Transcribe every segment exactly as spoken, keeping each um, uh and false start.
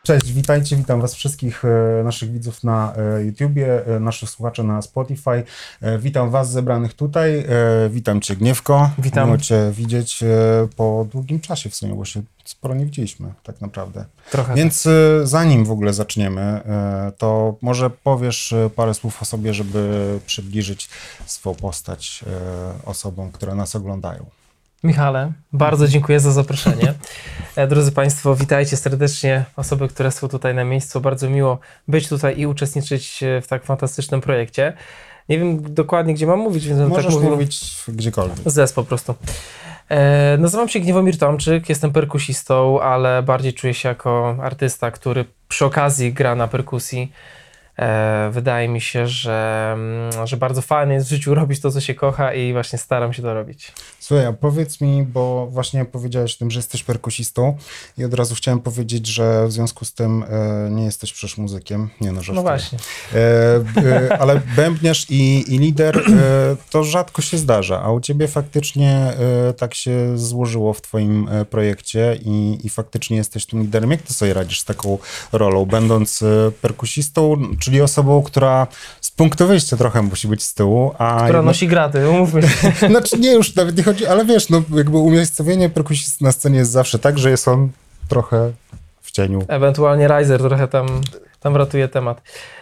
Cześć, witajcie, witam was wszystkich e, naszych widzów na e, YouTubie, e, naszych słuchaczy na Spotify. E, witam was zebranych tutaj, e, witam cię Gniewko. Witam. Miło cię widzieć e, po długim czasie w sumie, bo się sporo nie widzieliśmy tak naprawdę. Trochę Więc e, zanim w ogóle zaczniemy, e, to może powiesz e, parę słów o sobie, żeby przybliżyć swoją postać e, osobom, które nas oglądają. Michale, bardzo dziękuję za zaproszenie. E, Drodzy Państwo, witajcie serdecznie, osoby, które są tutaj na miejscu. Bardzo miło być tutaj i uczestniczyć w tak fantastycznym projekcie. Nie wiem dokładnie, gdzie mam mówić, więc Możesz tak mówię. mówić gdziekolwiek. Zes po prostu. E, nazywam się Gniewomir Tomczyk, jestem perkusistą, ale bardziej czuję się jako artysta, który przy okazji gra na perkusji. E, wydaje mi się, że, że bardzo fajnie jest w życiu robić to, co się kocha i właśnie staram się to robić. Słuchaj, a powiedz mi, bo właśnie powiedziałeś o tym, że jesteś perkusistą i od razu chciałem powiedzieć, że w związku z tym e, nie jesteś przecież muzykiem. Nie no, żartuję. No właśnie. E, e, ale bębniarz i, i lider e, to rzadko się zdarza, a u ciebie faktycznie e, tak się złożyło w twoim e, projekcie i, i faktycznie jesteś tym liderem. Jak ty sobie radzisz z taką rolą, będąc e, perkusistą, czyli osobą, która z punktu wyjścia trochę musi być z tyłu, a Która jednak... nosi graty, umówmy się. Znaczy nie, już nawet nie chodzi, ale wiesz, no jakby umiejscowienie perkusisty na scenie jest zawsze tak, że jest on trochę w cieniu. Ewentualnie Riser trochę tam, tam ratuje temat.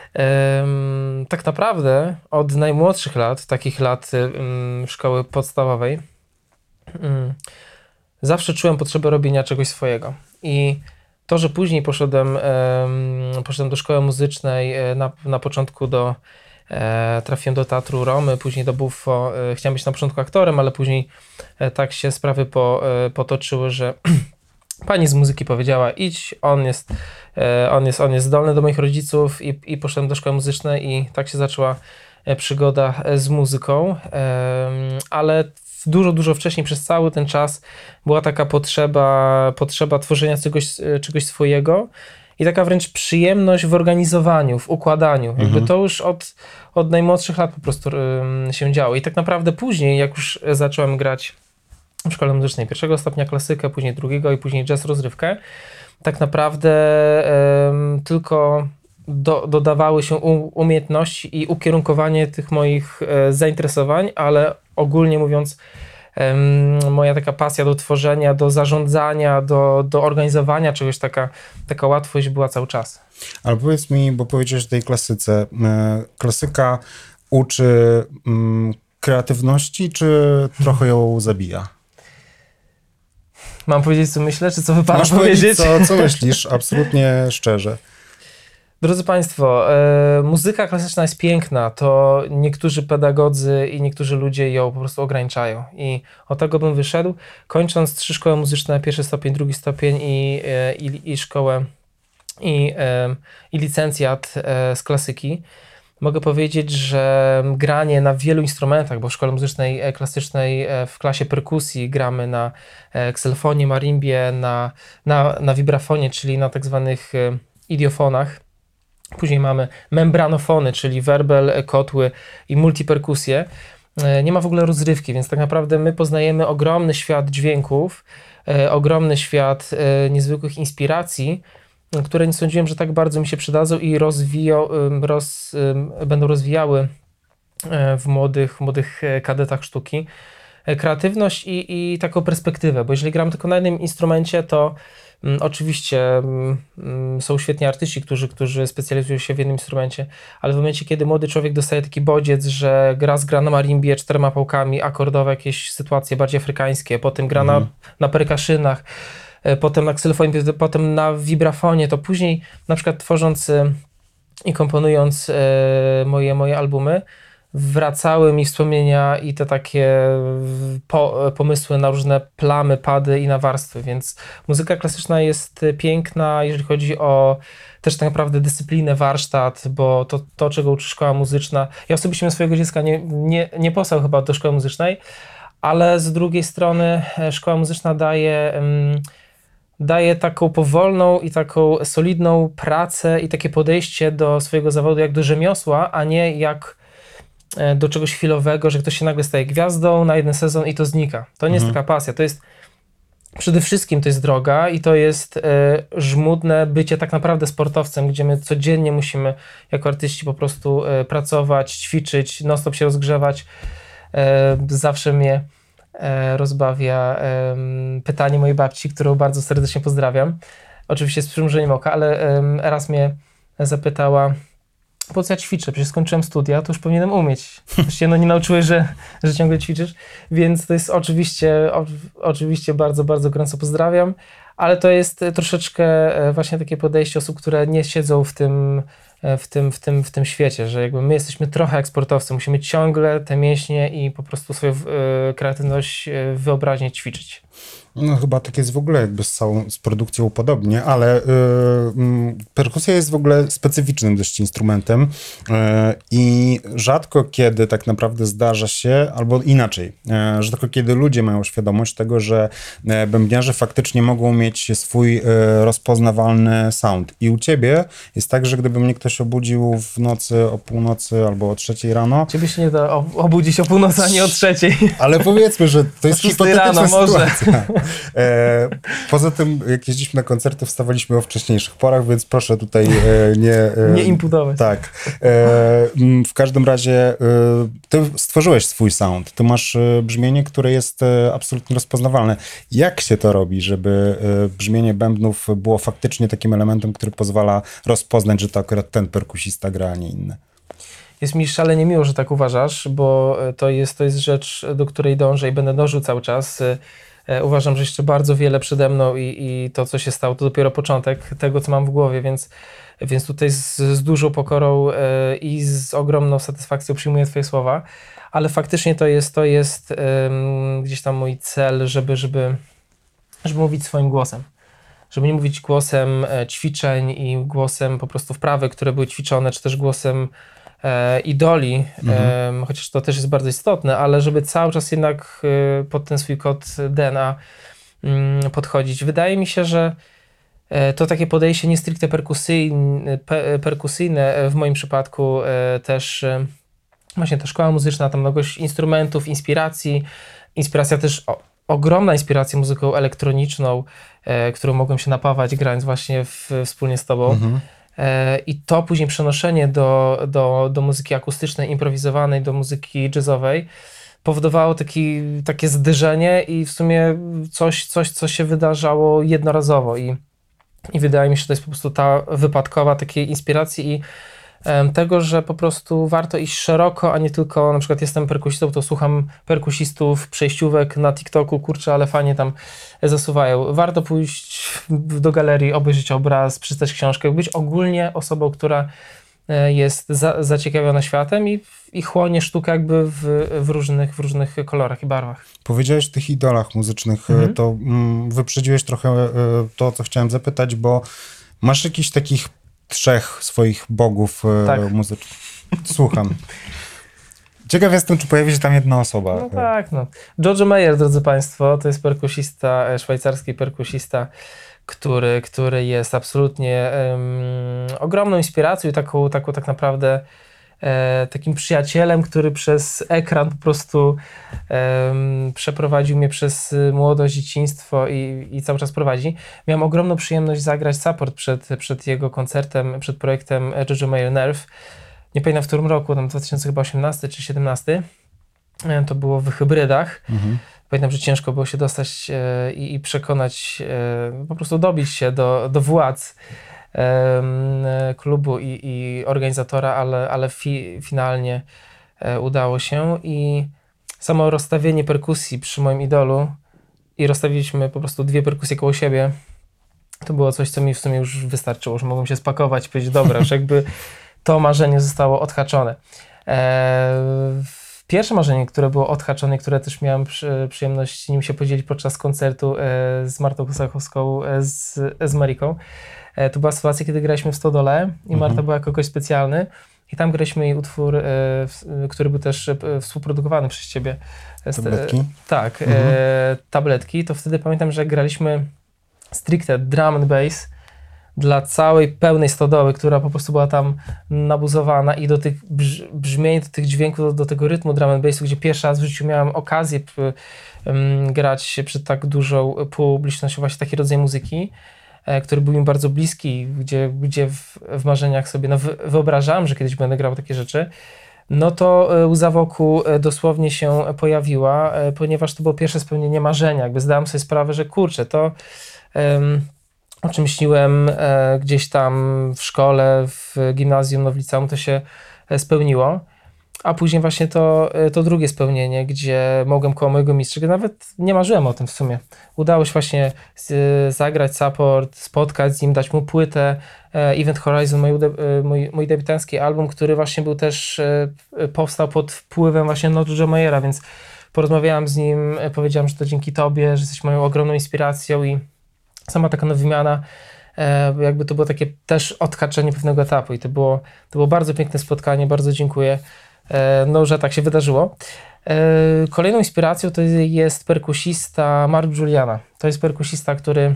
Ehm, tak naprawdę od najmłodszych lat, takich lat ym, szkoły podstawowej, ym, zawsze czułem potrzebę robienia czegoś swojego. I to, że później poszedłem, ym, poszedłem do szkoły muzycznej, y, na, na początku do E, trafiłem do Teatru Romy, później do Buffo. E, chciałem być na początku aktorem, ale później e, tak się sprawy po, e, potoczyły, że pani z muzyki powiedziała: idź, on jest, e, on jest, on jest zdolny do moich rodziców i, i poszedłem do szkoły muzycznej i tak się zaczęła e, przygoda e, z muzyką, e, ale dużo, dużo wcześniej, przez cały ten czas była taka potrzeba, potrzeba tworzenia czegoś, czegoś swojego. I taka wręcz przyjemność w organizowaniu, w układaniu. Jakby Mhm. to już od, od najmłodszych lat po prostu ym, się działo. I tak naprawdę później, jak już zacząłem grać w szkole muzycznej pierwszego stopnia klasykę, później drugiego i później jazz rozrywkę, tak naprawdę ym, tylko do, dodawały się u, umiejętności i ukierunkowanie tych moich y, zainteresowań, ale ogólnie mówiąc, moja taka pasja do tworzenia, do zarządzania, do, do organizowania czegoś, taka, taka łatwość była cały czas. Ale powiedz mi, bo powiedziałeś o tej klasyce, e, klasyka uczy mm, kreatywności, czy trochę ją zabija? Mam powiedzieć, co myślę, czy co wypada Masz powiedzieć? powiedzieć, co, co myślisz, absolutnie szczerze. Drodzy Państwo, e, muzyka klasyczna jest piękna, to niektórzy pedagodzy i niektórzy ludzie ją po prostu ograniczają i od tego bym wyszedł, kończąc trzy szkoły muzyczne, pierwszy stopień, drugi stopień i, e, i, i szkołę i, e, i licencjat e, z klasyki. Mogę powiedzieć, że granie na wielu instrumentach, bo w szkole muzycznej e, klasycznej e, w klasie perkusji gramy na e, kselofonie, marimbie, na, na, na vibrafonie, czyli na tak zwanych e, idiofonach. Później mamy membranofony, czyli werbel, kotły i multiperkusje. Nie ma w ogóle rozrywki, więc tak naprawdę my poznajemy ogromny świat dźwięków, e, ogromny świat e, niezwykłych inspiracji, które nie sądziłem, że tak bardzo mi się przydadzą i rozwiją, roz, będą rozwijały e, w młodych, młodych kadetach sztuki e, kreatywność i, i taką perspektywę, bo jeżeli gram tylko na jednym instrumencie, to Mm, oczywiście mm, są świetni artyści, którzy, którzy specjalizują się w jednym instrumencie, ale w momencie, kiedy młody człowiek dostaje taki bodziec, że gra gra na marimbie czterema pałkami, akordowe jakieś sytuacje bardziej afrykańskie, potem gra Mhm. na, na perkaszynach, e, potem na kselofonie, potem na vibrafonie, to później na przykład tworząc e, i komponując e, moje, moje albumy, wracały mi wspomnienia i te takie po, pomysły na różne plamy, pady i na warstwy, więc muzyka klasyczna jest piękna, jeżeli chodzi o też tak naprawdę dyscyplinę, warsztat, bo to, to czego uczy szkoła muzyczna. Ja osobiście bym swojego dziecka nie, nie, nie posłał chyba do szkoły muzycznej, ale z drugiej strony szkoła muzyczna daje... Um, daje taką powolną i taką solidną pracę i takie podejście do swojego zawodu jak do rzemiosła, a nie jak do czegoś chwilowego, że ktoś się nagle staje gwiazdą na jeden sezon i to znika. To nie Mhm. jest taka pasja, to jest przede wszystkim to jest droga i to jest e, żmudne bycie tak naprawdę sportowcem, gdzie my codziennie musimy jako artyści po prostu e, pracować, ćwiczyć, non-stop się rozgrzewać. E, zawsze mnie e, rozbawia e, pytanie mojej babci, którą bardzo serdecznie pozdrawiam. Oczywiście z przymrużeniem oka, ale e, raz mnie zapytała, po co ja ćwiczę? Przecież skończyłem studia, to już powinienem umieć. Przecież no nie nauczyłeś, że, że ciągle ćwiczysz, więc to jest oczywiście, o, oczywiście bardzo, bardzo gorąco pozdrawiam, ale to jest troszeczkę właśnie takie podejście osób, które nie siedzą w tym, w tym, w tym, w tym świecie, że jakby my jesteśmy trochę jak sportowcy, musimy ciągle te mięśnie i po prostu swoją y, kreatywność, y, wyobraźnię ćwiczyć. No chyba tak jest w ogóle jakby z całą z produkcją podobnie, ale y, y, perkusja jest w ogóle specyficznym dość instrumentem y, i rzadko kiedy tak naprawdę zdarza się, albo inaczej, y, rzadko kiedy ludzie mają świadomość tego, że y, bębniarze faktycznie mogą mieć swój y, rozpoznawalny sound. I u ciebie jest tak, że gdyby mnie ktoś obudził w nocy o północy albo o trzeciej rano... Ciebie się nie da obudzić o północy, a nie o trzeciej. Ale powiedzmy, że to jest hipotetyczna rano, sytuacja. może. E, poza tym, jak jeździliśmy na koncerty, wstawaliśmy o wcześniejszych porach, więc proszę tutaj e, nie... E, nie imputować. Tak. E, w każdym razie e, ty stworzyłeś swój sound. Ty masz e, brzmienie, które jest e, absolutnie rozpoznawalne. Jak się to robi, żeby e, brzmienie bębnów było faktycznie takim elementem, który pozwala rozpoznać, że to akurat ten perkusista gra, a nie inny? Jest mi szalenie miło, że tak uważasz, bo to jest, to jest rzecz, do której dążę i będę dążył cały czas. Uważam, że jeszcze bardzo wiele przede mną i, i to, co się stało, to dopiero początek tego, co mam w głowie, więc, więc tutaj z, z dużą pokorą e, i z ogromną satysfakcją przyjmuję twoje słowa, ale faktycznie to jest, to jest e, gdzieś tam mój cel, żeby, żeby, żeby mówić swoim głosem. Żeby nie mówić głosem e, ćwiczeń i głosem po prostu wprawy, które były ćwiczone, czy też głosem E, idoli, mhm. e, chociaż to też jest bardzo istotne, ale żeby cały czas jednak e, pod ten swój kod D N A mm, podchodzić. Wydaje mi się, że e, to takie podejście nie stricte perkusyjne, pe, perkusyjne w moim przypadku e, też e, właśnie ta szkoła muzyczna, tam mnogość instrumentów, inspiracji, inspiracja też, o, ogromna inspiracja muzyką elektroniczną, e, którą mogłem się napawać grając właśnie w, wspólnie z tobą. Mhm. I to później przenoszenie do, do, do muzyki akustycznej, improwizowanej, do muzyki jazzowej powodowało taki, takie zderzenie i w sumie coś, coś, co się wydarzało jednorazowo i, i wydaje mi się, że to jest po prostu ta wypadkowa takiej inspiracji i um, tego, że po prostu warto iść szeroko, a nie tylko na przykład jestem perkusistą, to słucham perkusistów, przejściówek na TikToku, kurczę, ale fajnie tam zasuwają. Warto pójść do galerii, obejrzeć obraz, przeczytać książkę, być ogólnie osobą, która jest za, zaciekawiona światem i, i chłonie sztukę jakby w, w, różnych, w różnych kolorach i barwach. Powiedziałeś o tych idolach muzycznych, mhm. to mm, wyprzedziłeś trochę to, co chciałem zapytać, bo masz jakichś takich trzech swoich bogów tak. muzycznych. Słucham. Ciekaw jestem, czy pojawi się tam jedna osoba. No tak, no. George Mayer, drodzy Państwo, to jest perkusista, szwajcarski perkusista, który, który jest absolutnie um, ogromną inspiracją i taką, taką tak naprawdę e, takim przyjacielem, który przez ekran po prostu um, przeprowadził mnie przez młodość, dzieciństwo i, i cały czas prowadzi. Miałem ogromną przyjemność zagrać support przed, przed jego koncertem, przed projektem George Mayer Nerve. Nie pamiętam w którym roku, tam dwa tysiące osiemnasty czy siedemnasty. To było w Hybrydach. Mhm. Pamiętam, że ciężko było się dostać e, i, i przekonać, e, po prostu dobić się do, do władz e, klubu i, i organizatora, ale, ale fi, finalnie e, udało się i samo rozstawienie perkusji przy moim idolu i rozstawiliśmy po prostu dwie perkusje koło siebie, to było coś, co mi w sumie już wystarczyło, że mogłem się spakować i powiedzieć, dobra, już jakby to marzenie zostało odhaczone. E, Pierwsze marzenie, które było odhaczone, które też miałem przy, przyjemność nim się podzielić podczas koncertu e, z Martą Kosachowską, e, z, z Mariką. E, to była sytuacja, kiedy graliśmy w Stodole i Marta mhm. była jako gość specjalny i tam graliśmy jej utwór, e, w, który był też e, współprodukowany przez ciebie. Tabletki? E, tak, mhm. e, tabletki. To wtedy pamiętam, że graliśmy stricte drum and bass. dla całej pełnej stodoły, która po prostu była tam nabuzowana i do tych brz- brzmień, do tych dźwięków, do, do tego rytmu drum and bassu, gdzie pierwszy raz w życiu miałem okazję p- um, grać przed tak dużą publicznością właśnie taki rodzaj muzyki, e, który był mi bardzo bliski, gdzie, gdzie w, w marzeniach sobie no, wy- wyobrażałem, że kiedyś będę grał takie rzeczy, no to e, łza wokół e, dosłownie się pojawiła, e, ponieważ to było pierwsze spełnienie marzenia. Jakby zdałem sobie sprawę, że kurczę, to em, o czym śniłem e, gdzieś tam w szkole, w gimnazjum, no w liceum, to się e, spełniło. A później właśnie to, e, to drugie spełnienie, gdzie mogłem koło mojego mistrza, nawet nie marzyłem o tym w sumie. Udało się właśnie z, zagrać support, spotkać z nim, dać mu płytę, e, Event Horizon, mój, e, mój, mój debiutancki album, który właśnie był też, e, powstał pod wpływem właśnie Notu John Mayera, więc porozmawiałem z nim, e, powiedziałem, że to dzięki tobie, że jesteś moją ogromną inspiracją i sama taka no wymiana, e, jakby to było takie też odhaczenie pewnego etapu i to było, to było bardzo piękne spotkanie, bardzo dziękuję, e, no, że tak się wydarzyło. E, kolejną inspiracją to jest perkusista Mark Juliana. To jest perkusista, który,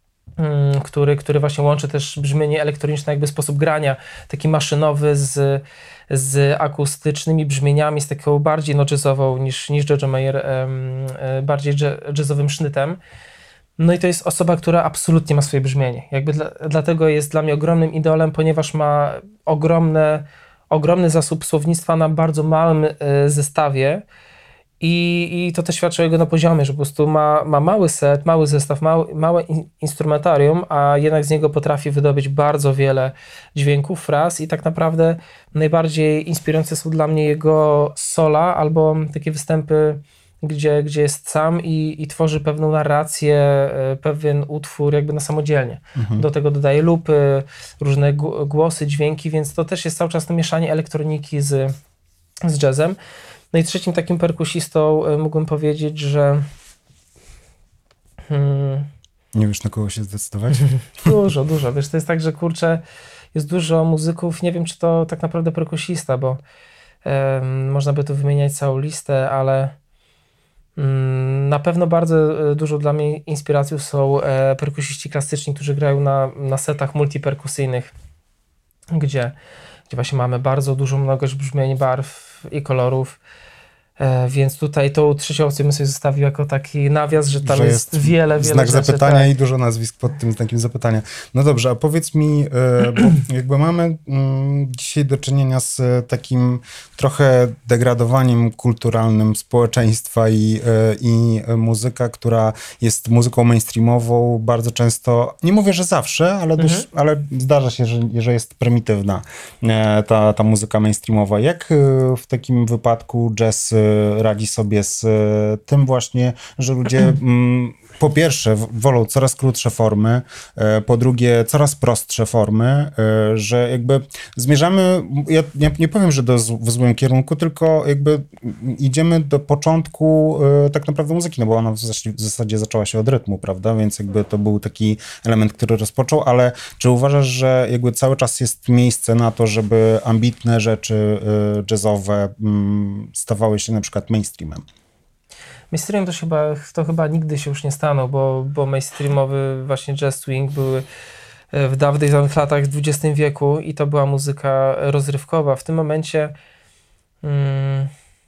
mm, który, który właśnie łączy też brzmienie elektroniczne, jakby sposób grania, taki maszynowy z, z akustycznymi brzmieniami, z taką bardziej no, jazzową niż, niż Jojo Mayer, em, e, bardziej dż- jazzowym sznytem. No i to jest osoba, która absolutnie ma swoje brzmienie. Jakby dla, dlatego jest dla mnie ogromnym idolem, ponieważ ma ogromne, ogromny zasób słownictwa na bardzo małym y, zestawie i, i to też świadczy o jego na poziomie, że po prostu ma, ma mały set, mały zestaw, mały, małe in, instrumentarium, a jednak z niego potrafi wydobyć bardzo wiele dźwięków, fraz i tak naprawdę najbardziej inspirujące są dla mnie jego sola albo takie występy, Gdzie, gdzie jest sam i, i tworzy pewną narrację, e, pewien utwór jakby na samodzielnie. Mhm. Do tego dodaje lupy, różne g- głosy, dźwięki, więc to też jest cały czas to mieszanie elektroniki z, z jazzem. No i trzecim takim perkusistą e, mógłbym powiedzieć, że hmm, Nie wiesz, na kogo się zdecydować? dużo, dużo. Wiesz, to jest tak, że kurczę, jest dużo muzyków, nie wiem, czy to tak naprawdę perkusista, bo e, można by tu wymieniać całą listę, ale na pewno bardzo dużo dla mnie inspiracją są e, perkusiści klasyczni, którzy grają na, na setach multiperkusyjnych, gdzie, gdzie właśnie mamy bardzo dużą mnogość brzmień, barw i kolorów, e, więc tutaj tą trzecią opcję bym sobie zostawił jako taki nawias, że tam Że jest, jest wiele, wiele znak rzeczy. zapytania tak. i dużo nazwisk pod tym znakiem zapytania. No dobrze, a powiedz mi, e, bo jakby mamy mm, dzisiaj do czynienia z e, takim trochę degradowaniem kulturalnym społeczeństwa i, e, i muzyka, która jest muzyką mainstreamową, bardzo często, nie mówię, że zawsze, ale, Mhm. dość, ale zdarza się, że, że jest prymitywna e, ta, ta muzyka mainstreamowa. Jak e, w takim wypadku jazz e, radzi sobie z e, tym właśnie, że ludzie mm, po pierwsze w- wolą coraz krótsze formy, e, po drugie coraz prostsze formy, e, że jakby zmierzamy, ja nie, nie powiem, że do, z- w złym kierunku, tylko jakby idziemy do początku e, tak naprawdę muzyki, no bo ona w zasadzie, w zasadzie zaczęła się od rytmu, prawda, więc jakby to był taki element, który rozpoczął, ale czy uważasz, że jakby cały czas jest miejsce na to, żeby ambitne rzeczy e, jazzowe mm, stawały się na przykład mainstreamem? Mainstream to, się chyba, to chyba nigdy się już nie stanął, bo, bo mainstreamowy właśnie jazz swing były w dawnych latach w dwudziestym wieku i to była muzyka rozrywkowa. W tym momencie mm,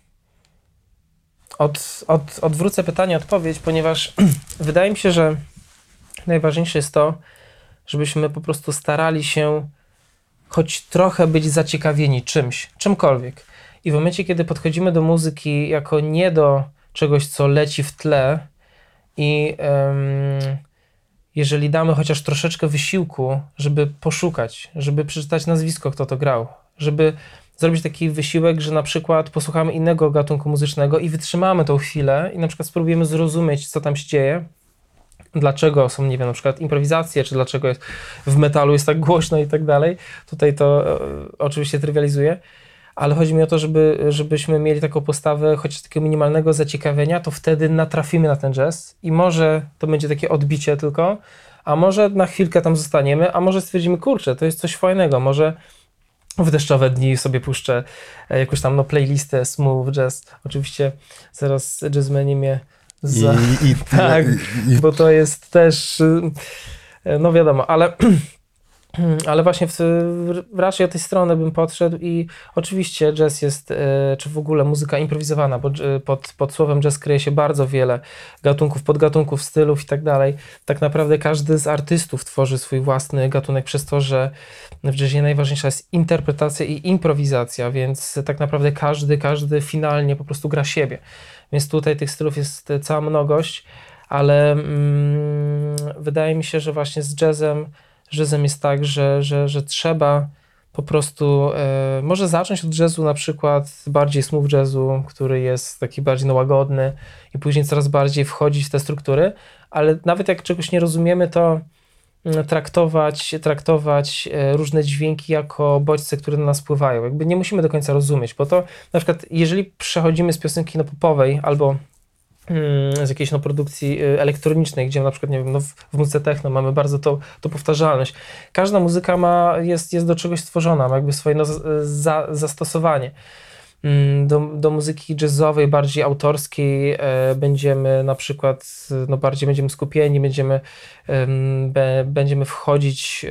od, od, odwrócę pytanie, odpowiedź, ponieważ wydaje mi się, że najważniejsze jest to, żebyśmy po prostu starali się choć trochę być zaciekawieni czymś, czymkolwiek. I w momencie, kiedy podchodzimy do muzyki jako nie do czegoś, co leci w tle i em, jeżeli damy chociaż troszeczkę wysiłku, żeby poszukać, żeby przeczytać nazwisko, kto to grał, żeby zrobić taki wysiłek, że na przykład posłuchamy innego gatunku muzycznego i wytrzymamy tą chwilę i na przykład spróbujemy zrozumieć, co tam się dzieje, dlaczego są, nie wiem, na przykład improwizacje, czy dlaczego jest, w metalu jest tak głośno i tak dalej. Tutaj to e, oczywiście trywializuję, ale chodzi mi o to, żeby, żebyśmy mieli taką postawę chociaż takiego minimalnego zaciekawienia, to wtedy natrafimy na ten jazz i może to będzie takie odbicie tylko, a może na chwilkę tam zostaniemy, a może stwierdzimy, kurczę, to jest coś fajnego, może w deszczowe dni sobie puszczę e, jakąś tam no, playlistę smooth jazz. Oczywiście zaraz jazzmeni mnie za... I, i, tak, i, i, bo to jest też, y, no wiadomo, ale Ale właśnie w, w, raczej od tej strony bym podszedł i oczywiście jazz jest, e, czy w ogóle muzyka improwizowana, bo e, pod, pod słowem jazz kryje się bardzo wiele gatunków, podgatunków, stylów i tak dalej. Tak naprawdę każdy z artystów tworzy swój własny gatunek przez to, że w jazzie najważniejsza jest interpretacja i improwizacja, więc tak naprawdę każdy, każdy finalnie po prostu gra siebie. Więc tutaj tych stylów jest cała mnogość, ale mm, wydaje mi się, że właśnie z jazzem Jazzem jest tak, że, że, że trzeba po prostu, e, może zacząć od jazzu na przykład bardziej smooth jazzu, który jest taki bardziej no, łagodny i później coraz bardziej wchodzić w te struktury, ale nawet jak czegoś nie rozumiemy, to mm, traktować, traktować e, różne dźwięki jako bodźce, które na nas wpływają. Jakby nie musimy do końca rozumieć, bo to na przykład jeżeli przechodzimy z piosenki no, popowej albo z jakiejś no, produkcji elektronicznej, gdzie na przykład, nie wiem, no, w, w muzyce techno mamy bardzo to, to powtarzalność. Każda muzyka ma, jest, jest do czegoś stworzona, ma jakby swoje no, za, zastosowanie. Do, do muzyki jazzowej, bardziej autorskiej e, będziemy na przykład, no, bardziej będziemy skupieni, będziemy, e, be, będziemy wchodzić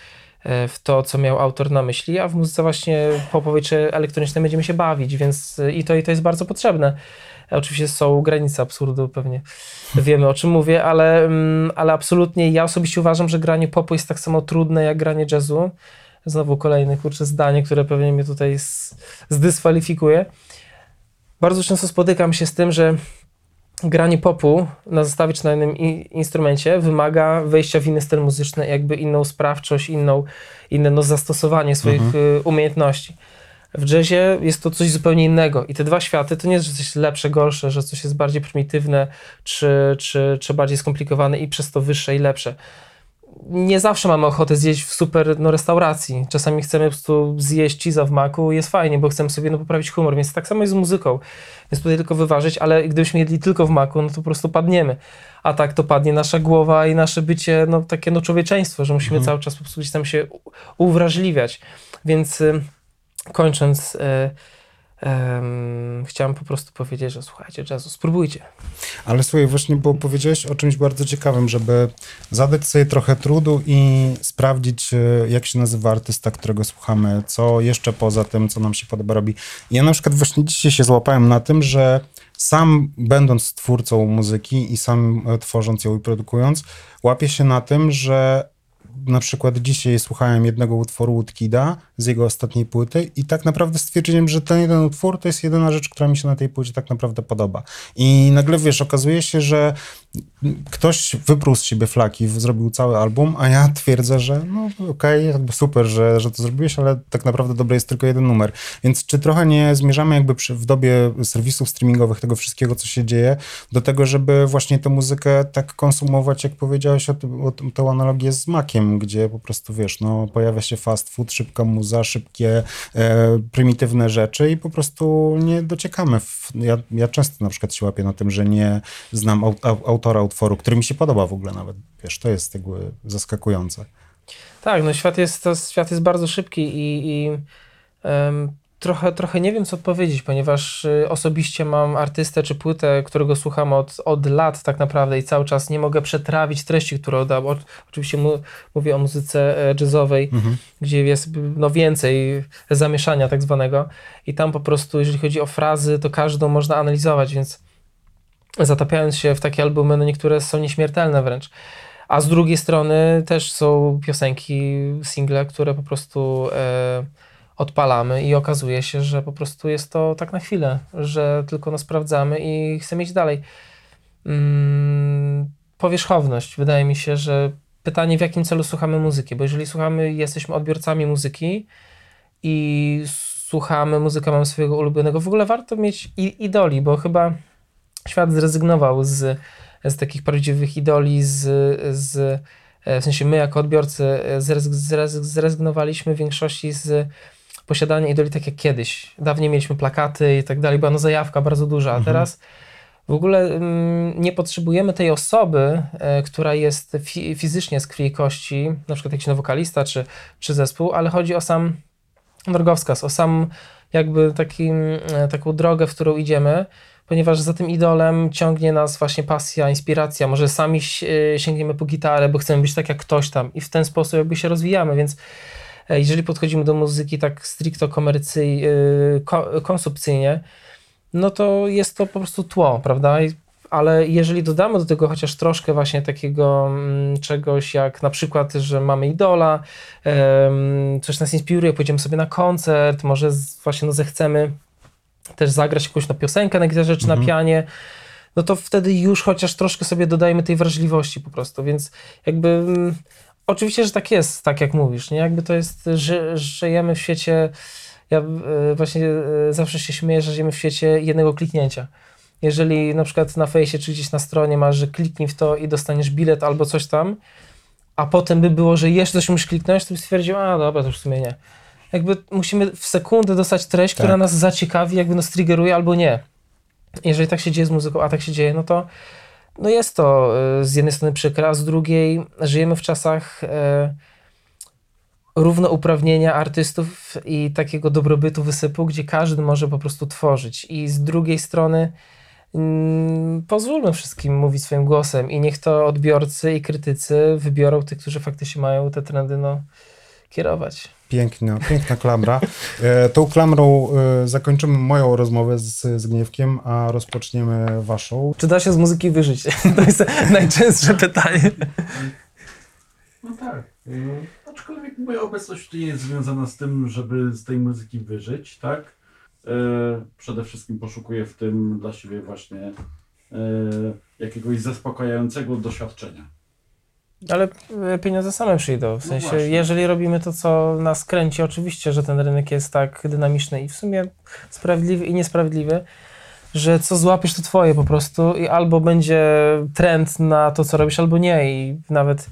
e, w to, co miał autor na myśli, a w muzyce właśnie popowej czy elektronicznej będziemy się bawić, więc i to, i to jest bardzo potrzebne. Oczywiście są granice absurdu, pewnie wiemy, o czym mówię, ale, ale absolutnie ja osobiście uważam, że granie popu jest tak samo trudne jak granie jazzu. Znowu kolejne kurczę zdanie, które pewnie mnie tutaj zdyskwalifikuje. Bardzo często spotykam się z tym, że granie popu na zestawie czy na innym instrumencie wymaga wejścia w inny styl muzyczny, jakby inną sprawczość, inną, inne no, zastosowanie swoich mhm. umiejętności. W jazzie jest to coś zupełnie innego i te dwa światy to nie jest, że coś lepsze, gorsze, że coś jest bardziej prymitywne czy, czy, czy bardziej skomplikowane i przez to wyższe i lepsze. Nie zawsze mamy ochotę zjeść w super no, restauracji. Czasami chcemy po prostu zjeść cheese'a w maku i jest fajnie, bo chcemy sobie no, poprawić humor, więc tak samo jest z muzyką. Więc tutaj tylko wyważyć, ale gdybyśmy jedli tylko w maku, no to po prostu padniemy. A tak to padnie nasza głowa i nasze bycie, no takie no człowieczeństwo, że musimy mhm. cały czas po prostu gdzieś tam się uwrażliwiać. Więc y, kończąc, y, y, chciałem po prostu powiedzieć, że słuchajcie jazzu, spróbujcie. Ale słuchaj, właśnie bo powiedziałeś o czymś bardzo ciekawym, żeby zadać sobie trochę trudu i sprawdzić, jak się nazywa artysta, którego słuchamy, co jeszcze poza tym, co nam się podoba robi. Ja na przykład właśnie dzisiaj się złapałem na tym, że sam będąc twórcą muzyki i sam tworząc ją i produkując, łapię się na tym, że na przykład dzisiaj słuchałem jednego utworu Woodkida z jego ostatniej płyty i tak naprawdę stwierdziłem, że ten jeden utwór to jest jedyna rzecz, która mi się na tej płycie tak naprawdę podoba. I nagle, wiesz, okazuje się, że ktoś wyprół z siebie flaki, zrobił cały album, a ja twierdzę, że no okej, okay, jakby super, że, że to zrobiłeś, ale tak naprawdę dobry jest tylko jeden numer. Więc czy trochę nie zmierzamy jakby przy, w dobie serwisów streamingowych, tego wszystkiego, co się dzieje, do tego, żeby właśnie tę muzykę tak konsumować, jak powiedziałeś o, o, o tą analogię z Maciem, gdzie po prostu, wiesz, no pojawia się fast food, szybka muza, szybkie, e, prymitywne rzeczy i po prostu nie dociekamy. W, ja, ja często na przykład się łapię na tym, że nie znam au, au, autora utworu, który mi się podoba w ogóle nawet, wiesz, to jest jakby zaskakujące. Tak, no świat jest, to, świat jest bardzo szybki i, i um, trochę, trochę nie wiem, co odpowiedzieć, ponieważ y, osobiście mam artystę czy płytę, którego słucham od, od lat tak naprawdę i cały czas nie mogę przetrawić treści, które oddał. O, oczywiście mu, mówię o muzyce jazzowej, mhm. gdzie jest no, więcej zamieszania tak zwanego i tam po prostu, jeżeli chodzi o frazy, to każdą można analizować, więc zatapiając się w takie albumy, no niektóre są nieśmiertelne wręcz. A z drugiej strony też są piosenki, single, które po prostu e, odpalamy i okazuje się, że po prostu jest to tak na chwilę, że tylko no sprawdzamy i chcemy iść dalej. Mm, powierzchowność. Wydaje mi się, że pytanie, w jakim celu słuchamy muzyki, bo jeżeli słuchamy, jesteśmy odbiorcami muzyki i słuchamy muzykę, mamy swojego ulubionego, w ogóle warto mieć i, idoli, bo chyba świat zrezygnował z, z takich prawdziwych idoli, z, z, w sensie my jako odbiorcy zrezygn, zrezygnowaliśmy w większości z posiadania idoli tak jak kiedyś. Dawniej mieliśmy plakaty i tak dalej, była no zajawka bardzo duża, a mhm. teraz w ogóle mm, nie potrzebujemy tej osoby, e, która jest fi, fizycznie z krwi i kości, na przykład jakiś no wokalista czy, czy zespół, ale chodzi o sam drogowskaz, o sam jakby taki, taką drogę, w którą idziemy, ponieważ za tym idolem ciągnie nas właśnie pasja, inspiracja. Może sami si- sięgniemy po gitarę, bo chcemy być tak jak ktoś tam i w ten sposób jakby się rozwijamy, więc e, jeżeli podchodzimy do muzyki tak stricto komercyjnie, ko- konsumpcyjnie, no to jest to po prostu tło, prawda? I- Ale jeżeli dodamy do tego chociaż troszkę właśnie takiego mm, czegoś jak na przykład, że mamy idola, em, coś nas inspiruje, pójdziemy sobie na koncert, może z, właśnie no zechcemy też zagrać jakąś na piosenkę na gitarze czy na Mhm. pianie, no to wtedy już chociaż troszkę sobie dodajemy tej wrażliwości po prostu, więc jakby mm, oczywiście, że tak jest, tak jak mówisz, nie? Jakby to jest, że żyjemy w świecie, ja e, właśnie e, zawsze się śmieję, że żyjemy w świecie jednego kliknięcia. Jeżeli na przykład na fejsie czy gdzieś na stronie masz, że kliknij w to i dostaniesz bilet albo coś tam, a potem by było, że jeszcze coś musisz kliknąć, to byś stwierdził, a dobra, to już w sumie nie. Jakby musimy w sekundę dostać treść, która Tak. nas zaciekawi, jakby nas triggeruje albo nie. Jeżeli tak się dzieje z muzyką, a tak się dzieje, no to no jest to y, z jednej strony przykre, a z drugiej żyjemy w czasach y, równouprawnienia artystów i takiego dobrobytu, wysypu, gdzie każdy może po prostu tworzyć. I z drugiej strony mm, pozwólmy wszystkim mówić swoim głosem i niech to odbiorcy i krytycy wybiorą tych, którzy faktycznie mają te trendy no, kierować. Piękna, piękna klamra. E, tą klamrą e, zakończymy moją rozmowę z, z Gniewkiem, a rozpoczniemy waszą. Czy da się z muzyki wyżyć? To jest najczęstsze pytanie. No tak. Y, aczkolwiek moja obecność tu nie jest związana z tym, żeby z tej muzyki wyżyć, tak? Y, przede wszystkim poszukuję w tym dla siebie właśnie y, jakiegoś zaspokajającego doświadczenia. Ale e, pieniądze same przyjdą. W No sensie, właśnie. jeżeli robimy to, co nas kręci, oczywiście, że ten rynek jest tak dynamiczny i w sumie sprawiedliwy i niesprawiedliwy, że co złapiesz, to twoje po prostu i albo będzie trend na to, co robisz, albo nie i nawet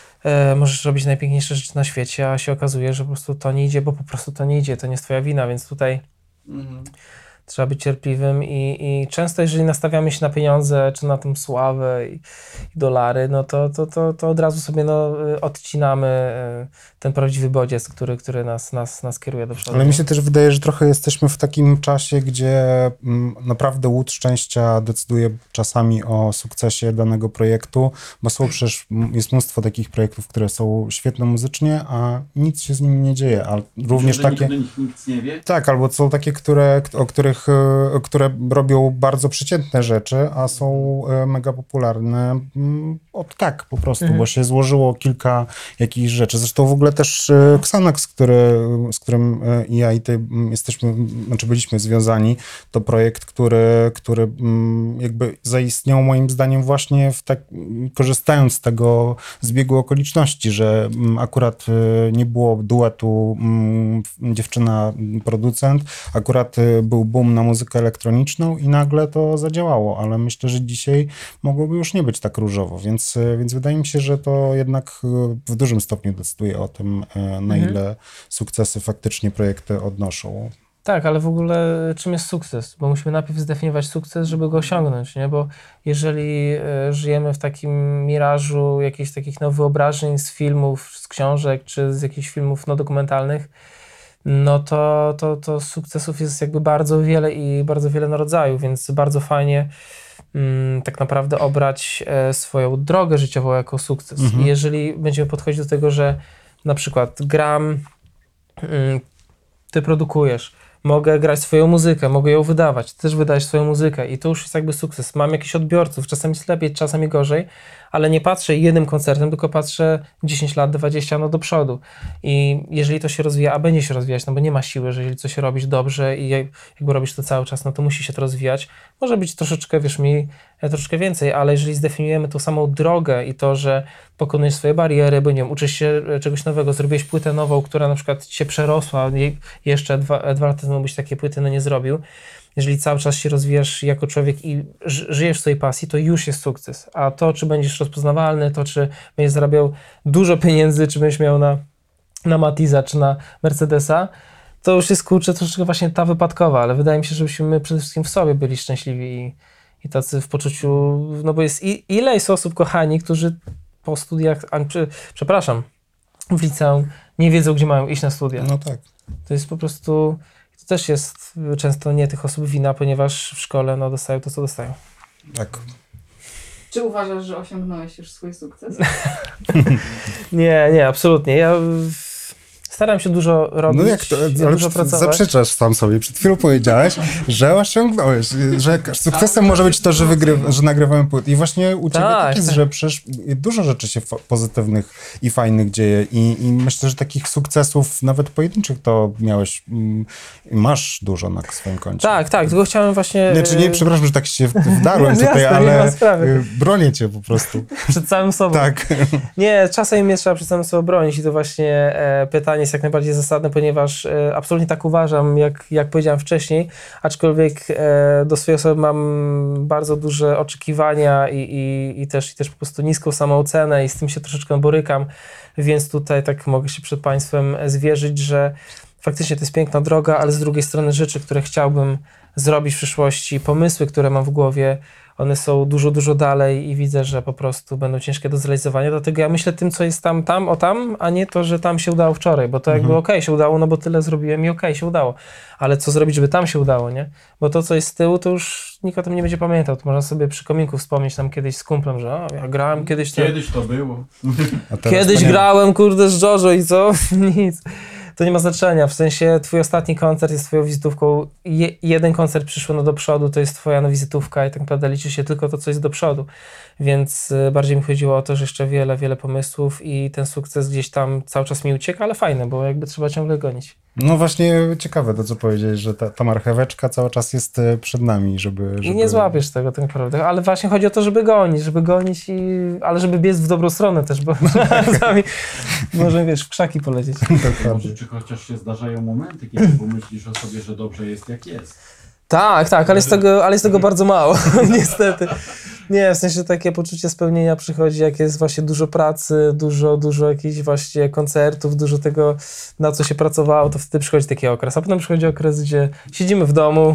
e, możesz robić najpiękniejsze rzeczy na świecie, a się okazuje, że po prostu to nie idzie, bo po prostu to nie idzie, to nie jest twoja wina, więc tutaj Mhm. trzeba być cierpliwym i, i często jeżeli nastawiamy się na pieniądze, czy na tą sławę i, i dolary, no to, to, to, to od razu sobie no, y, odcinamy y, ten prawdziwy bodziec, który, który nas, nas, nas kieruje do przodu. Ale mi się też wydaje, że trochę jesteśmy w takim czasie, gdzie mm, naprawdę łód szczęścia decyduje czasami o sukcesie danego projektu, bo są przecież, m, jest mnóstwo takich projektów, które są świetne muzycznie, a nic się z nimi nie dzieje, a również Że takie... nikt o nich nic nie wie. Tak, albo są takie, które, o których, e, które robią bardzo przeciętne rzeczy, a są e, mega popularne mm, od tak po prostu, Mhm. bo się złożyło kilka jakichś rzeczy. Zresztą w ogóle też e, Xanax, który, z którym e, i ja i ty mm, jesteśmy, mm, znaczy byliśmy związani, to projekt, który, który mm, jakby zaistniał moim zdaniem właśnie w tak, korzystając z tego zbiegu okoliczności, że mm, akurat e, nie było duetu mm, dziewczyna producent, akurat y, był boom na muzykę elektroniczną i nagle to zadziałało, ale myślę, że dzisiaj mogłoby już nie być tak różowo, więc, y, więc wydaje mi się, że to jednak y, w dużym stopniu decyduje o tym, y, na Mhm. ile sukcesy faktycznie projekty odnoszą. Tak, ale w ogóle czym jest sukces? Bo musimy najpierw zdefiniować sukces, żeby go osiągnąć, nie? Bo jeżeli e, żyjemy w takim mirażu jakichś takich no, wyobrażeń z filmów, z książek, czy z jakichś filmów no, dokumentalnych, no to, to, to sukcesów jest jakby bardzo wiele i bardzo wiele na rodzaju, więc bardzo fajnie mm, tak naprawdę obrać e, swoją drogę życiową jako sukces. Mhm. I jeżeli będziemy podchodzić do tego, że na przykład gram, mm, ty produkujesz, mogę grać swoją muzykę, mogę ją wydawać, ty też wydajesz swoją muzykę i to już jest jakby sukces. Mam jakichś odbiorców, czasami jest lepiej, czasami gorzej, ale nie patrzę jednym koncertem, tylko patrzę dziesięć lat, dwadzieścia no do przodu. I jeżeli to się rozwija, a będzie się rozwijać, no bo nie ma siły, że jeżeli coś robisz dobrze i jak- jakby robisz to cały czas, no to musi się to rozwijać. Może być troszeczkę, wiesz, mniej, e, troszeczkę więcej, ale jeżeli zdefiniujemy tą samą drogę i to, że pokonujesz swoje bariery, bo nie wiem, uczysz się e, czegoś nowego, zrobiłeś płytę nową, która na przykład cię przerosła, jej- jeszcze dwa, e, dwa lata temu byś takie płyty no nie zrobił. Jeżeli cały czas się rozwijasz jako człowiek i ży- żyjesz w swojej pasji, to już jest sukces. A to, czy będziesz rozpoznawalny, to, czy będziesz zarabiał dużo pieniędzy, czy będziesz miał na, na Matiza, czy na Mercedesa, to już jest, kurczę, troszeczkę właśnie ta wypadkowa, ale wydaje mi się, żebyśmy przede wszystkim w sobie byli szczęśliwi i, i tacy w poczuciu, no bo jest i, ile jest osób, kochani, którzy po studiach, a, prze- przepraszam, w liceum nie wiedzą, gdzie mają iść na studia. No tak. To jest po prostu, to też jest często nie tych osób wina, ponieważ w szkole no, dostają to, co dostają. Tak. Czy uważasz, że osiągnąłeś już swój sukces? Nie, nie, absolutnie. Ja w- staram się dużo robić, No jak to, ja ale dużo przed- pracować. zaprzeczasz sam sobie. Przed chwilą powiedziałeś, że osiągnąłeś, że sukcesem może być to, że, wygry, że nagrywamy płyty. I właśnie u ciebie Tak, tak jest, tak. że przecież dużo rzeczy się fo- pozytywnych i fajnych dzieje i, i myślę, że takich sukcesów nawet pojedynczych to miałeś, mm, masz dużo na swoim koncie. Tak, tak, tylko chciałem właśnie Nie, czy nie, e, przepraszam, że tak się wdarłem Nie, tutaj, jasne, nie ma ale sprawy. y, bronię cię po prostu. przed samym sobą. Tak. Nie, czasem mnie trzeba przed samym sobą bronić i to właśnie e, pytanie jest jak najbardziej zasadne, ponieważ e, absolutnie tak uważam, jak, jak powiedziałem wcześniej, aczkolwiek e, do swojej osoby mam bardzo duże oczekiwania i, i, i, też, i też po prostu niską samoocenę i z tym się troszeczkę borykam, więc tutaj tak mogę się przed Państwem zwierzyć, że faktycznie to jest piękna droga, ale z drugiej strony rzeczy, które chciałbym zrobić w przyszłości, pomysły, które mam w głowie, one są dużo, dużo dalej i widzę, że po prostu będą ciężkie do zrealizowania, dlatego ja myślę tym, co jest tam, tam, o tam, a nie to, że tam się udało wczoraj, bo to jakby Mhm. okej, się udało, no bo tyle zrobiłem i okej, się udało, ale co zrobić, żeby tam się udało, nie? Bo to, co jest z tyłu, to już nikt o tym nie będzie pamiętał, to można sobie przy kominku wspomnieć tam kiedyś z kumplem, że o, ja grałem kiedyś... to- Kiedyś to było. A teraz Kiedyś to nie. grałem, kurde, z Jojo i co? Nic. To nie ma znaczenia. W sensie twój ostatni koncert jest twoją wizytówką. Je, jeden koncert przyszły no do przodu, to jest twoja no, wizytówka i tak naprawdę liczy się tylko to, co jest do przodu. Więc y, bardziej mi chodziło o to, że jeszcze wiele, wiele pomysłów i ten sukces gdzieś tam cały czas mi ucieka, ale fajne, bo jakby trzeba ciągle gonić. No właśnie ciekawe to, co powiedziałeś, że ta, ta marcheweczka cały czas jest e, przed nami, żeby... żeby... I nie złapiesz tego tak naprawdę. Ale właśnie chodzi o to, żeby gonić, żeby gonić i... ale żeby biec w dobrą stronę też, bo czasami może, wiesz, w krzaki polecieć. Dokładnie. Może czy chociaż się zdarzają momenty, kiedy pomyślisz o sobie, że dobrze jest jak jest. Tak, tak, ale jest tego, ale jest tego bardzo mało, niestety. Nie, w sensie takie poczucie spełnienia przychodzi, jak jest właśnie dużo pracy, dużo, dużo jakichś właśnie koncertów, dużo tego, na co się pracowało, to wtedy przychodzi taki okres. A potem przychodzi okres, gdzie siedzimy w domu,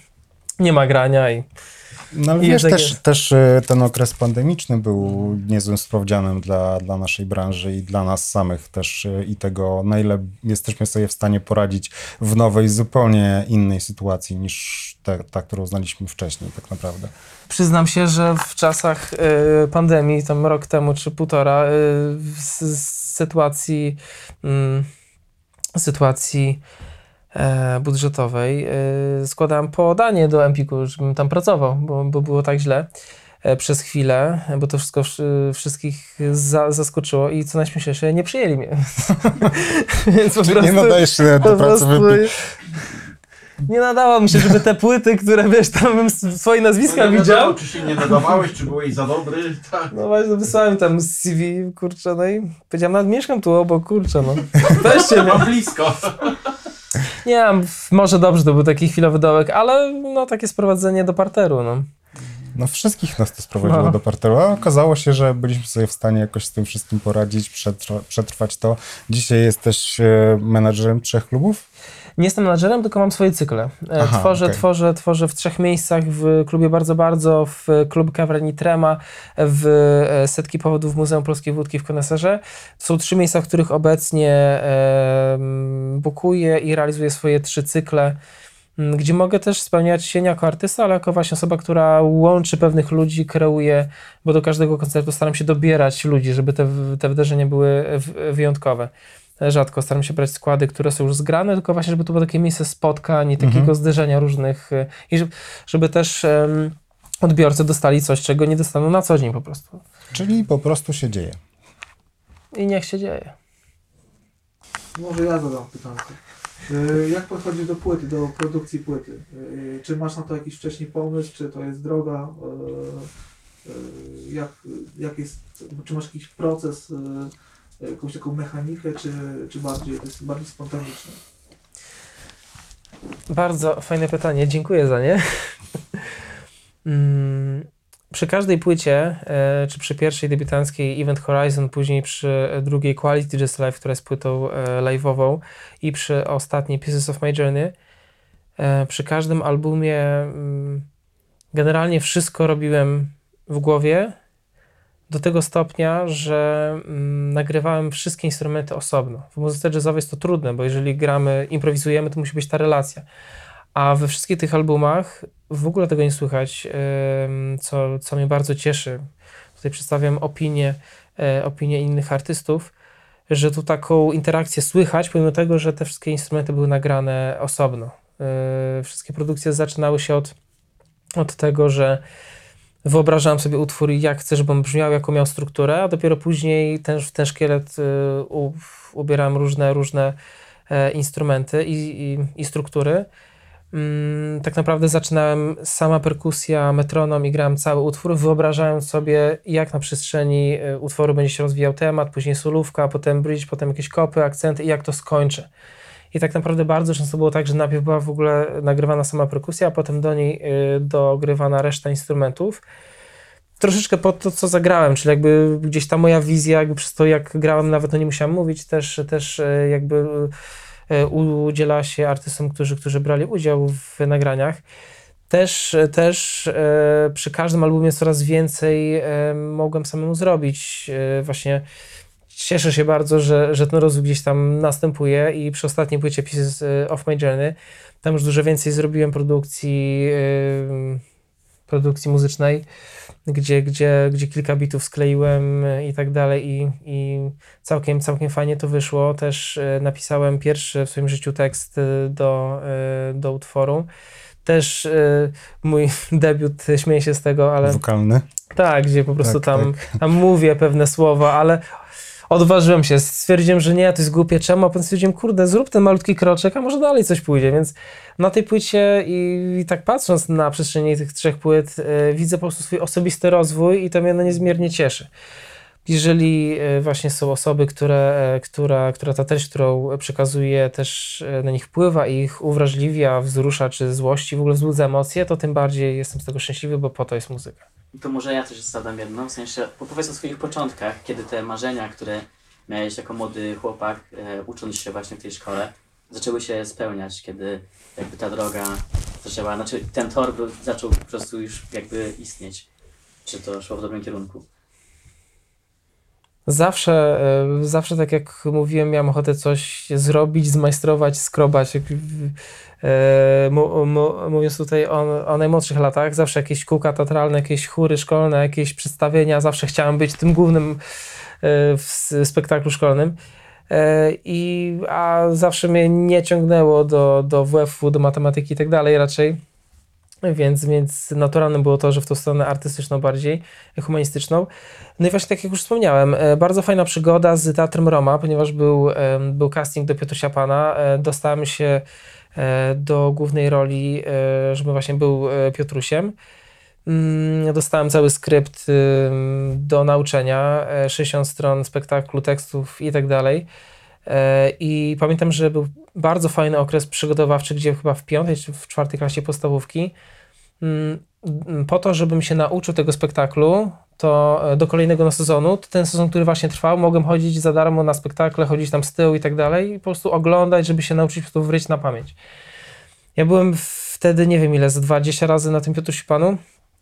nie ma grania i... No ale I wiesz, tak też, jest. też e, ten okres pandemiczny był niezłym sprawdzianem dla, dla naszej branży i dla nas samych też e, i tego, na ile jesteśmy sobie w stanie poradzić w nowej, zupełnie innej sytuacji niż te, ta, którą znaliśmy wcześniej tak naprawdę. Przyznam się, że w czasach y, pandemii, tam rok temu czy półtora, y, w s- sytuacji, mm, sytuacji e, budżetowej y, składałem podanie do Empiku, żebym tam pracował, bo, bo było tak źle e, przez chwilę, bo to wszystko wszy- wszystkich za, zaskoczyło i co najśmieszniejsze, nie przyjęli mnie. Więc po Czyli prostu... nie nadajesz się do Po pracy prostu wypi- nie nadało mi się, żeby te płyty, które wiesz, tam bym s- swoje nazwiska No nie widział. wiadomo, czy się nie nadawałeś, czy byłeś za dobry. Tak. No właśnie, wysłałem tam z C V, kurczę, no i powiedziałem, nawet mieszkam tu obok, kurczę, no. Weźcie mnie. Mam blisko. Nie wiem, może dobrze, to był taki chwilowy dołek, ale no takie sprowadzenie do parteru, no. No wszystkich nas to sprowadziło No. do parteru, a okazało się, że byliśmy sobie w stanie jakoś z tym wszystkim poradzić, przetrwa, przetrwać to. Dzisiaj jesteś e, menadżerem trzech klubów? Nie jestem menadżerem, tylko mam swoje cykle. E, Aha, tworzę, okej. tworzę, tworzę w trzech miejscach, w klubie Bardzo Bardzo, w klubie Kawiarni Trema, w e, Setki Powodów w Muzeum Polskiej Wódki w Koneserze. To są trzy miejsca, w których obecnie e, m, bukuję i realizuję swoje trzy cykle, m, gdzie mogę też spełniać się nie jako artysta, ale jako właśnie osoba, która łączy pewnych ludzi, kreuje, bo do każdego koncertu staram się dobierać ludzi, żeby te, te wydarzenia były w- wyjątkowe. Rzadko staram się brać składy, które są już zgrane, tylko właśnie, żeby to było takie miejsce spotkań i takiego Mhm. zderzenia różnych y, i żeby, żeby też um, odbiorcy dostali coś, czego nie dostaną na co dzień po prostu. Czyli po prostu się dzieje. I niech się dzieje. Może ja zadam pytanko. E, Jak podchodzisz do płyty, do produkcji płyty? E, Czy masz na to jakiś wcześniej pomysł, czy to jest droga? E, e, Jak, jak jest, czy masz jakiś proces, e, jakąś taką mechanikę, czy, czy bardziej to jest bardziej spontaniczne? Bardzo fajne pytanie, dziękuję za nie. Mm, Przy każdej płycie, e, czy przy pierwszej debiutanckiej Event Horizon, później przy drugiej Quality Jazz Live, która jest płytą e, live'ową i przy ostatniej Pieces of My Journey, e, przy każdym albumie mm, generalnie wszystko robiłem w głowie do tego stopnia, że mm, nagrywałem wszystkie instrumenty osobno. W muzyce jazzowej jest to trudne, bo jeżeli gramy, improwizujemy, to musi być ta relacja. A we wszystkich tych albumach w ogóle tego nie słychać, ym, co, co mnie bardzo cieszy. Tutaj przedstawiam opinię, e, opinię innych artystów, że tu taką interakcję słychać, pomimo tego, że te wszystkie instrumenty były nagrane osobno. Yy, wszystkie produkcje zaczynały się od, od tego, że wyobrażałem sobie utwór, jak chcę, żeby on brzmiał, jaką miał strukturę, a dopiero później ten, w ten szkielet yy, u, ubierałem różne, różne e, instrumenty i, i, i struktury. Mm, tak naprawdę zaczynałem sama perkusja, metronom i grałem cały utwór, wyobrażając sobie, jak na przestrzeni y, utworu będzie się rozwijał temat, później solówka, potem bridge, potem jakieś kopy, akcenty i jak to skończę. I tak naprawdę bardzo często było tak, że najpierw była w ogóle nagrywana sama perkusja, a potem do niej y, dogrywana reszta instrumentów. Troszeczkę po to, co zagrałem, czyli jakby gdzieś ta moja wizja, jakby przez to, jak grałem, nawet no nie musiałem mówić, też, też y, jakby... Y, udziela się artystom, którzy, którzy brali udział w nagraniach. Też, też e, przy każdym albumie coraz więcej e, mogłem samemu zrobić. E, właśnie cieszę się bardzo, że, że ten rozwój gdzieś tam następuje i przy ostatniej płycie Pieces of My Journey tam już dużo więcej zrobiłem produkcji, e, produkcji muzycznej, gdzie, gdzie, gdzie kilka bitów skleiłem i tak dalej i, i całkiem, całkiem fajnie to wyszło. Też e, napisałem pierwszy w swoim życiu tekst e, do, e, do utworu. Też e, mój debiut, śmieję się z tego, ale... Wokalny. Tak, gdzie po prostu Tak, tam, tak. tam mówię pewne słowa, ale odważyłem się, stwierdziłem, że nie, to jest głupie, czemu, a potem stwierdziłem, kurde, zrób ten malutki kroczek, a może dalej coś pójdzie, więc na tej płycie i, i tak patrząc na przestrzeni tych trzech płyt, y, widzę po prostu swój osobisty rozwój i to mnie no niezmiernie cieszy. Jeżeli y, właśnie są osoby, które, y, która, która ta treść, którą przekazuje, też y, na nich wpływa i ich uwrażliwia, wzrusza, czy złości, w ogóle wzbudza emocje, to tym bardziej jestem z tego szczęśliwy, bo po to jest muzyka. To może ja też zadam jedno, w sensie opowiedz o swoich początkach, kiedy te marzenia, które miałeś jako młody chłopak, e, ucząc się właśnie w tej szkole, zaczęły się spełniać, kiedy jakby ta droga zaczęła, znaczy ten tor był, zaczął po prostu już jakby istnieć. Czy to szło w dobrym kierunku? Zawsze, e, zawsze tak jak mówiłem, miałem ochotę coś zrobić, zmajstrować, skrobać. Jak, e, mu, mu, mówiąc tutaj o, o najmłodszych latach, zawsze jakieś kółka teatralne, jakieś chóry szkolne, jakieś przedstawienia, zawsze chciałem być tym głównym e, w spektaklu szkolnym. E, i, a zawsze mnie nie ciągnęło do, do W F-u, do matematyki i tak dalej raczej. Więc, więc naturalnym było to, że w tą stronę artystyczną bardziej, humanistyczną. No i właśnie tak jak już wspomniałem, bardzo fajna przygoda z Teatrem Roma, ponieważ był, był casting do Piotrusia Pana. Dostałem się do głównej roli, żeby właśnie był Piotrusiem. Dostałem cały skrypt do nauczenia, sześćdziesiąt stron spektaklu, tekstów i tak dalej. I pamiętam, że był bardzo fajny okres przygotowawczy, gdzie chyba w piątej czy w czwartej klasie podstawówki, po to, żebym się nauczył tego spektaklu, to do kolejnego sezonu, to ten sezon, który właśnie trwał, mogłem chodzić za darmo na spektakle, chodzić tam z tyłu i tak dalej i po prostu oglądać, żeby się nauczyć, po prostu wryć na pamięć. Ja byłem wtedy, nie wiem ile, z dwadzieścia razy na tym Piotrusiu Panu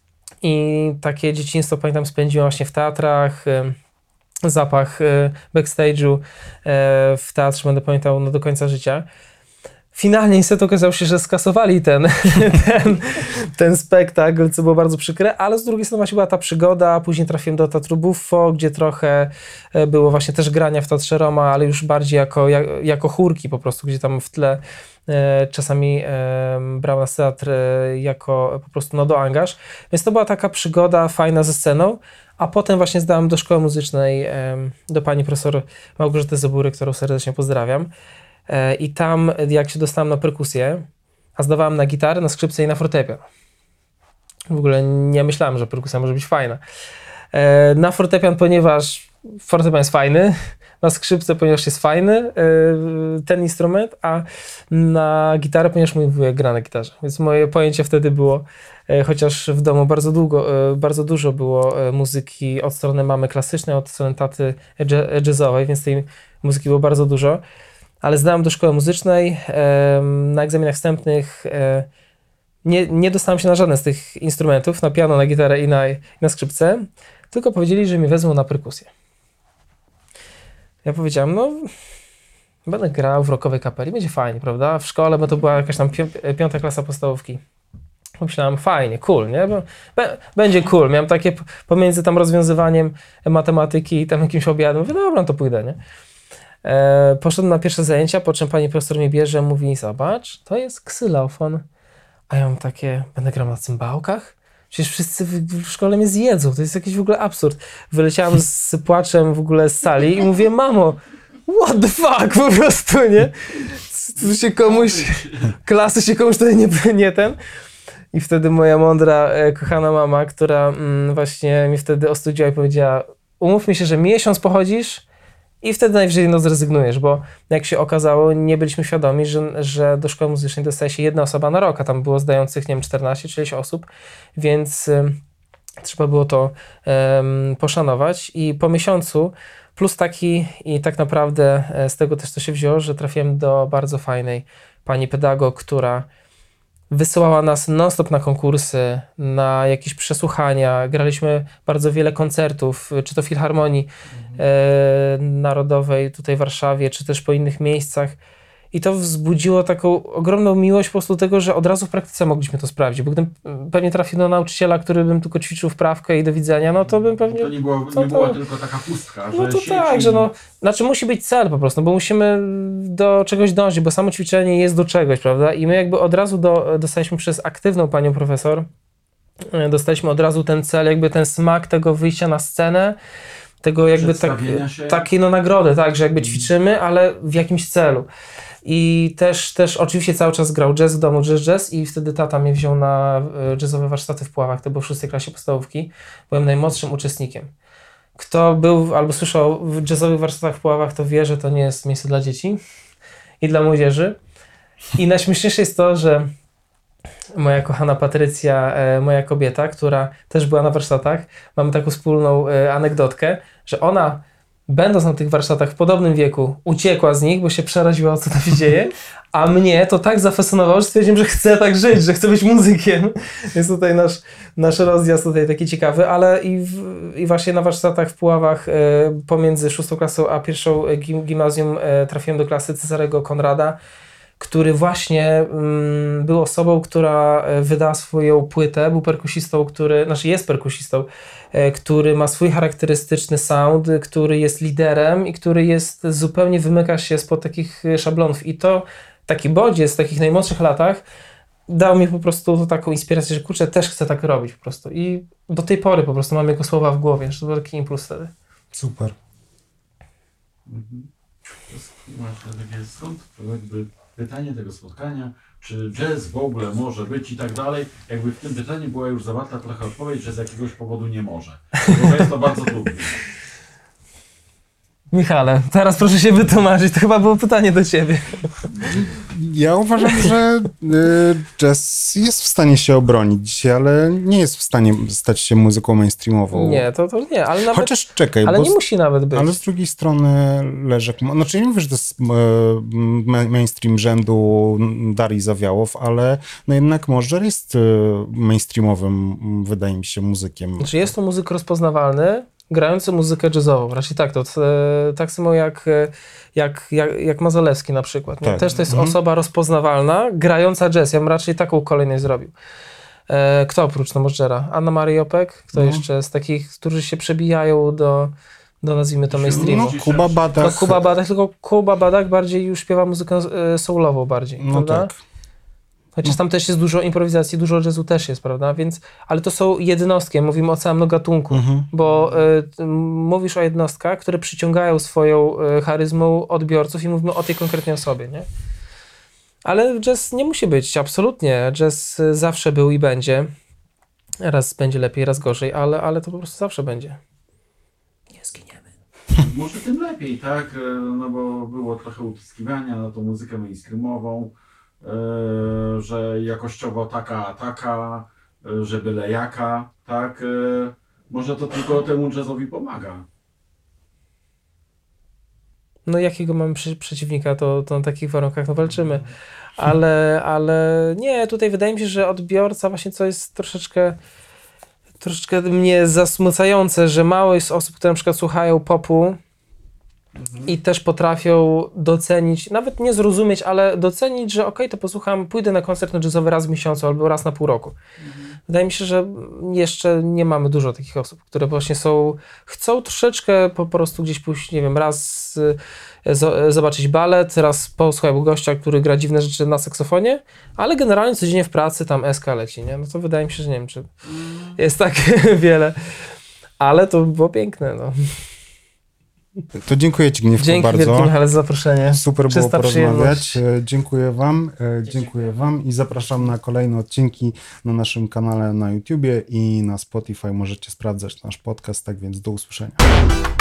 i takie dzieciństwo, pamiętam, spędziłem właśnie w teatrach, zapach backstage'u w teatrze będę pamiętał no do końca życia. Finalnie niestety okazało się, że skasowali ten, ten, ten spektakl, co było bardzo przykre, ale z drugiej strony właśnie była ta przygoda, później trafiłem do Teatru Buffo, gdzie trochę było właśnie też grania w Teatrze Roma, ale już bardziej jako, jako chórki po prostu, gdzie tam w tle czasami brał nas teatr jako po prostu no do angaż, więc to była taka przygoda fajna ze sceną, a potem właśnie zdałem do szkoły muzycznej do pani profesor Małgorzaty Zebury, którą serdecznie pozdrawiam. I tam, jak się dostałem na perkusję, a zdawałem na gitarę, na skrzypce i na fortepian. W ogóle nie myślałem, że perkusja może być fajna. Na fortepian, ponieważ fortepian jest fajny, na skrzypce, ponieważ jest fajny ten instrument, a na gitarę, ponieważ mój wujek gra na gitarze. Więc moje pojęcie wtedy było, chociaż w domu bardzo długo, bardzo dużo było muzyki od strony mamy klasycznej, od strony taty jazzowej, więc tej muzyki było bardzo dużo. Ale zdałem do szkoły muzycznej, na egzaminach wstępnych nie, nie dostałem się na żaden z tych instrumentów, na piano, na gitarę i na, i na skrzypce. tylko powiedzieli, że mnie wezmą na perkusję. Ja powiedziałem, no będę grał w rockowej kapeli, będzie fajnie, prawda? W szkole, bo to była jakaś tam pią- piąta klasa podstawówki. Myślałem, fajnie, cool, nie? Bo, be, będzie cool. Miałem takie p- pomiędzy tam rozwiązywaniem matematyki i tam jakimś obiadem. Mówię, dobra, no to pójdę, nie? E, poszedłem na pierwsze zajęcia, po czym pani profesor mnie bierze, mówi, zobacz, to jest ksylofon. A ja mam takie, będę grał na cymbałkach? Przecież wszyscy w, w szkole mnie zjedzą, to jest jakiś w ogóle absurd. Wyleciałem z płaczem w ogóle z sali i mówię, mamo, what the fuck, po prostu, nie? Tu się komuś, klasy się komuś tutaj nie, nie ten. I wtedy moja mądra, e, kochana mama, która mm, właśnie mnie wtedy ostudziła i powiedziała, umówmy się, że miesiąc pochodzisz i wtedy najwyżej no zrezygnujesz, bo jak się okazało, nie byliśmy świadomi, że, że do szkoły muzycznej dostaje się jedna osoba na rok, a tam było zdających, nie wiem, czternaście czy osób, więc y, trzeba było to y, poszanować i po miesiącu plus taki i tak naprawdę z tego też to się wzięło, że trafiłem do bardzo fajnej pani pedagog, która wysyłała nas non-stop na konkursy, na jakieś przesłuchania. Graliśmy bardzo wiele koncertów, czy to w Filharmonii mhm. e, Narodowej tutaj w Warszawie, czy też po innych miejscach. I to wzbudziło taką ogromną miłość po prostu tego, że od razu w praktyce mogliśmy to sprawdzić. Bo gdybym pewnie trafił do nauczyciela, który bym tylko ćwiczył wprawkę i do widzenia, no to bym pewnie... To nie, było, nie to, była to... tylko taka pustka, No że to sieci... tak, że no... Znaczy musi być cel po prostu, bo musimy do czegoś dążyć, bo samo ćwiczenie jest do czegoś, prawda? I my jakby od razu do, dostaliśmy przez aktywną panią profesor, dostaliśmy od razu ten cel, jakby ten smak tego wyjścia na scenę, tego jakby tak, takiej no nagrody, tak, że jakby ćwiczymy, ale w jakimś celu. I też, też oczywiście cały czas grał jazz w domu, jazz, jazz i wtedy tata mnie wziął na jazzowe warsztaty w Puławach, to było w szóstej klasie podstawówki. Byłem najmłodszym uczestnikiem. Kto był albo słyszał w jazzowych warsztatach w Puławach, to wie, że to nie jest miejsce dla dzieci i dla młodzieży. I najśmieszniejsze jest to, że moja kochana Patrycja, moja kobieta, która też była na warsztatach, mamy taką wspólną anegdotkę, że ona, będąc na tych warsztatach w podobnym wieku, uciekła z nich, bo się przeraziła, co tam się dzieje, a mnie to tak zafascynowało, że stwierdziłem, że chcę tak żyć, że chcę być muzykiem. Jest tutaj nasz, nasz rozjazd tutaj taki ciekawy, ale i, w, i właśnie na warsztatach w Puławach e, pomiędzy szóstą klasą a pierwszą gim, gimnazjum e, trafiłem do klasy Cezarego Konrada, który właśnie mm, był osobą, która wydała swoją płytę, był perkusistą, który, znaczy jest perkusistą, e, który ma swój charakterystyczny sound, który jest liderem i który jest zupełnie wymyka się spod takich szablonów. I to taki bodziec w takich najmłodszych latach dał mi po prostu taką inspirację, że kurczę, też chcę tak robić po prostu. I do tej pory po prostu mam jego słowa w głowie, że to był taki impuls wtedy. Super. Mhm. Właśnie takie skąd jakby pytanie tego spotkania, czy jazz w ogóle może być i tak dalej, jakby w tym pytaniu była już zawarta trochę odpowiedź, że z jakiegoś powodu nie może. Bo jest to bardzo trudne. Michale, teraz proszę się wytłumaczyć, to chyba było pytanie do ciebie. Ja uważam, że y, jazz jest w stanie się obronić, ale nie jest w stanie stać się muzyką mainstreamową. Nie, to, to nie, ale nawet... Chociaż czekaj, ale bo nie musi nawet być. Ale z drugiej strony Leszek, znaczy nie mówię, że to jest e, mainstream rzędu Darii Zawiałow, ale no jednak Możdżer jest e, mainstreamowym, wydaje mi się, muzykiem. Znaczy jest to muzyk rozpoznawalny, grający muzykę jazzową. Raczej tak, to e, tak samo jak, jak, jak, jak Mazolewski na przykład. Tak. Też to jest Mhm. osoba rozpoznawalna, grająca jazz. Ja bym raczej taką kolejność zrobił. E, kto oprócz no Możdżera? Anna Maria Jopek? Kto No. jeszcze z takich, którzy się przebijają do, do nazwijmy to mainstreamu? No, Kuba Badach. No, Kuba Badach, tylko Kuba Badach bardziej już śpiewa muzykę e, soulową bardziej, No prawda? tak. Chociaż tam też jest dużo improwizacji, dużo jazzu też jest, prawda? Więc, ale to są jednostki, mówimy o całym no gatunku, Mhm. bo y, mówisz o jednostkach, które przyciągają swoją y, charyzmą odbiorców i mówimy o tej konkretnej osobie, nie? Ale jazz nie musi być, absolutnie. Jazz zawsze był i będzie. Raz będzie lepiej, raz gorzej, ale, ale to po prostu zawsze będzie. Nie zginiemy. Może tym lepiej, tak? No bo było trochę utyskiwania na tą muzykę mainstreamową, e, że jakościowo taka, taka, e, że byle jaka, tak? E, może to tylko temu jazzowi pomaga. No jakiego mamy przy, przeciwnika, to, to na takich warunkach no, walczymy. Ale, ale nie, tutaj wydaje mi się, że odbiorca właśnie co jest troszeczkę troszeczkę mnie zasmucające, że mało jest osób, które na przykład słuchają popu i też potrafią docenić, nawet nie zrozumieć, ale docenić, że okej, to posłucham, pójdę na koncert jazzowy raz w miesiącu albo raz na pół roku. Wydaje mi się, że jeszcze nie mamy dużo takich osób, które właśnie są, chcą troszeczkę po prostu gdzieś pójść, nie wiem, raz y, z, zobaczyć balet, raz posłuchać gościa, który gra dziwne rzeczy na saksofonie, ale generalnie codziennie w pracy tam eska leci, nie? No to wydaje mi się, że nie wiem, czy jest tak wiele, ale to było piękne, no. To dziękuję Ci, Gniewku, Dzięki bardzo. wielkie, Michale, za zaproszenie. Super było Czysta porozmawiać. przyjemność. E, Dziękuję Wam, e, dziękuję Wam i zapraszam na kolejne odcinki na naszym kanale na YouTubie i na Spotify. Możecie sprawdzać nasz podcast, tak więc do usłyszenia.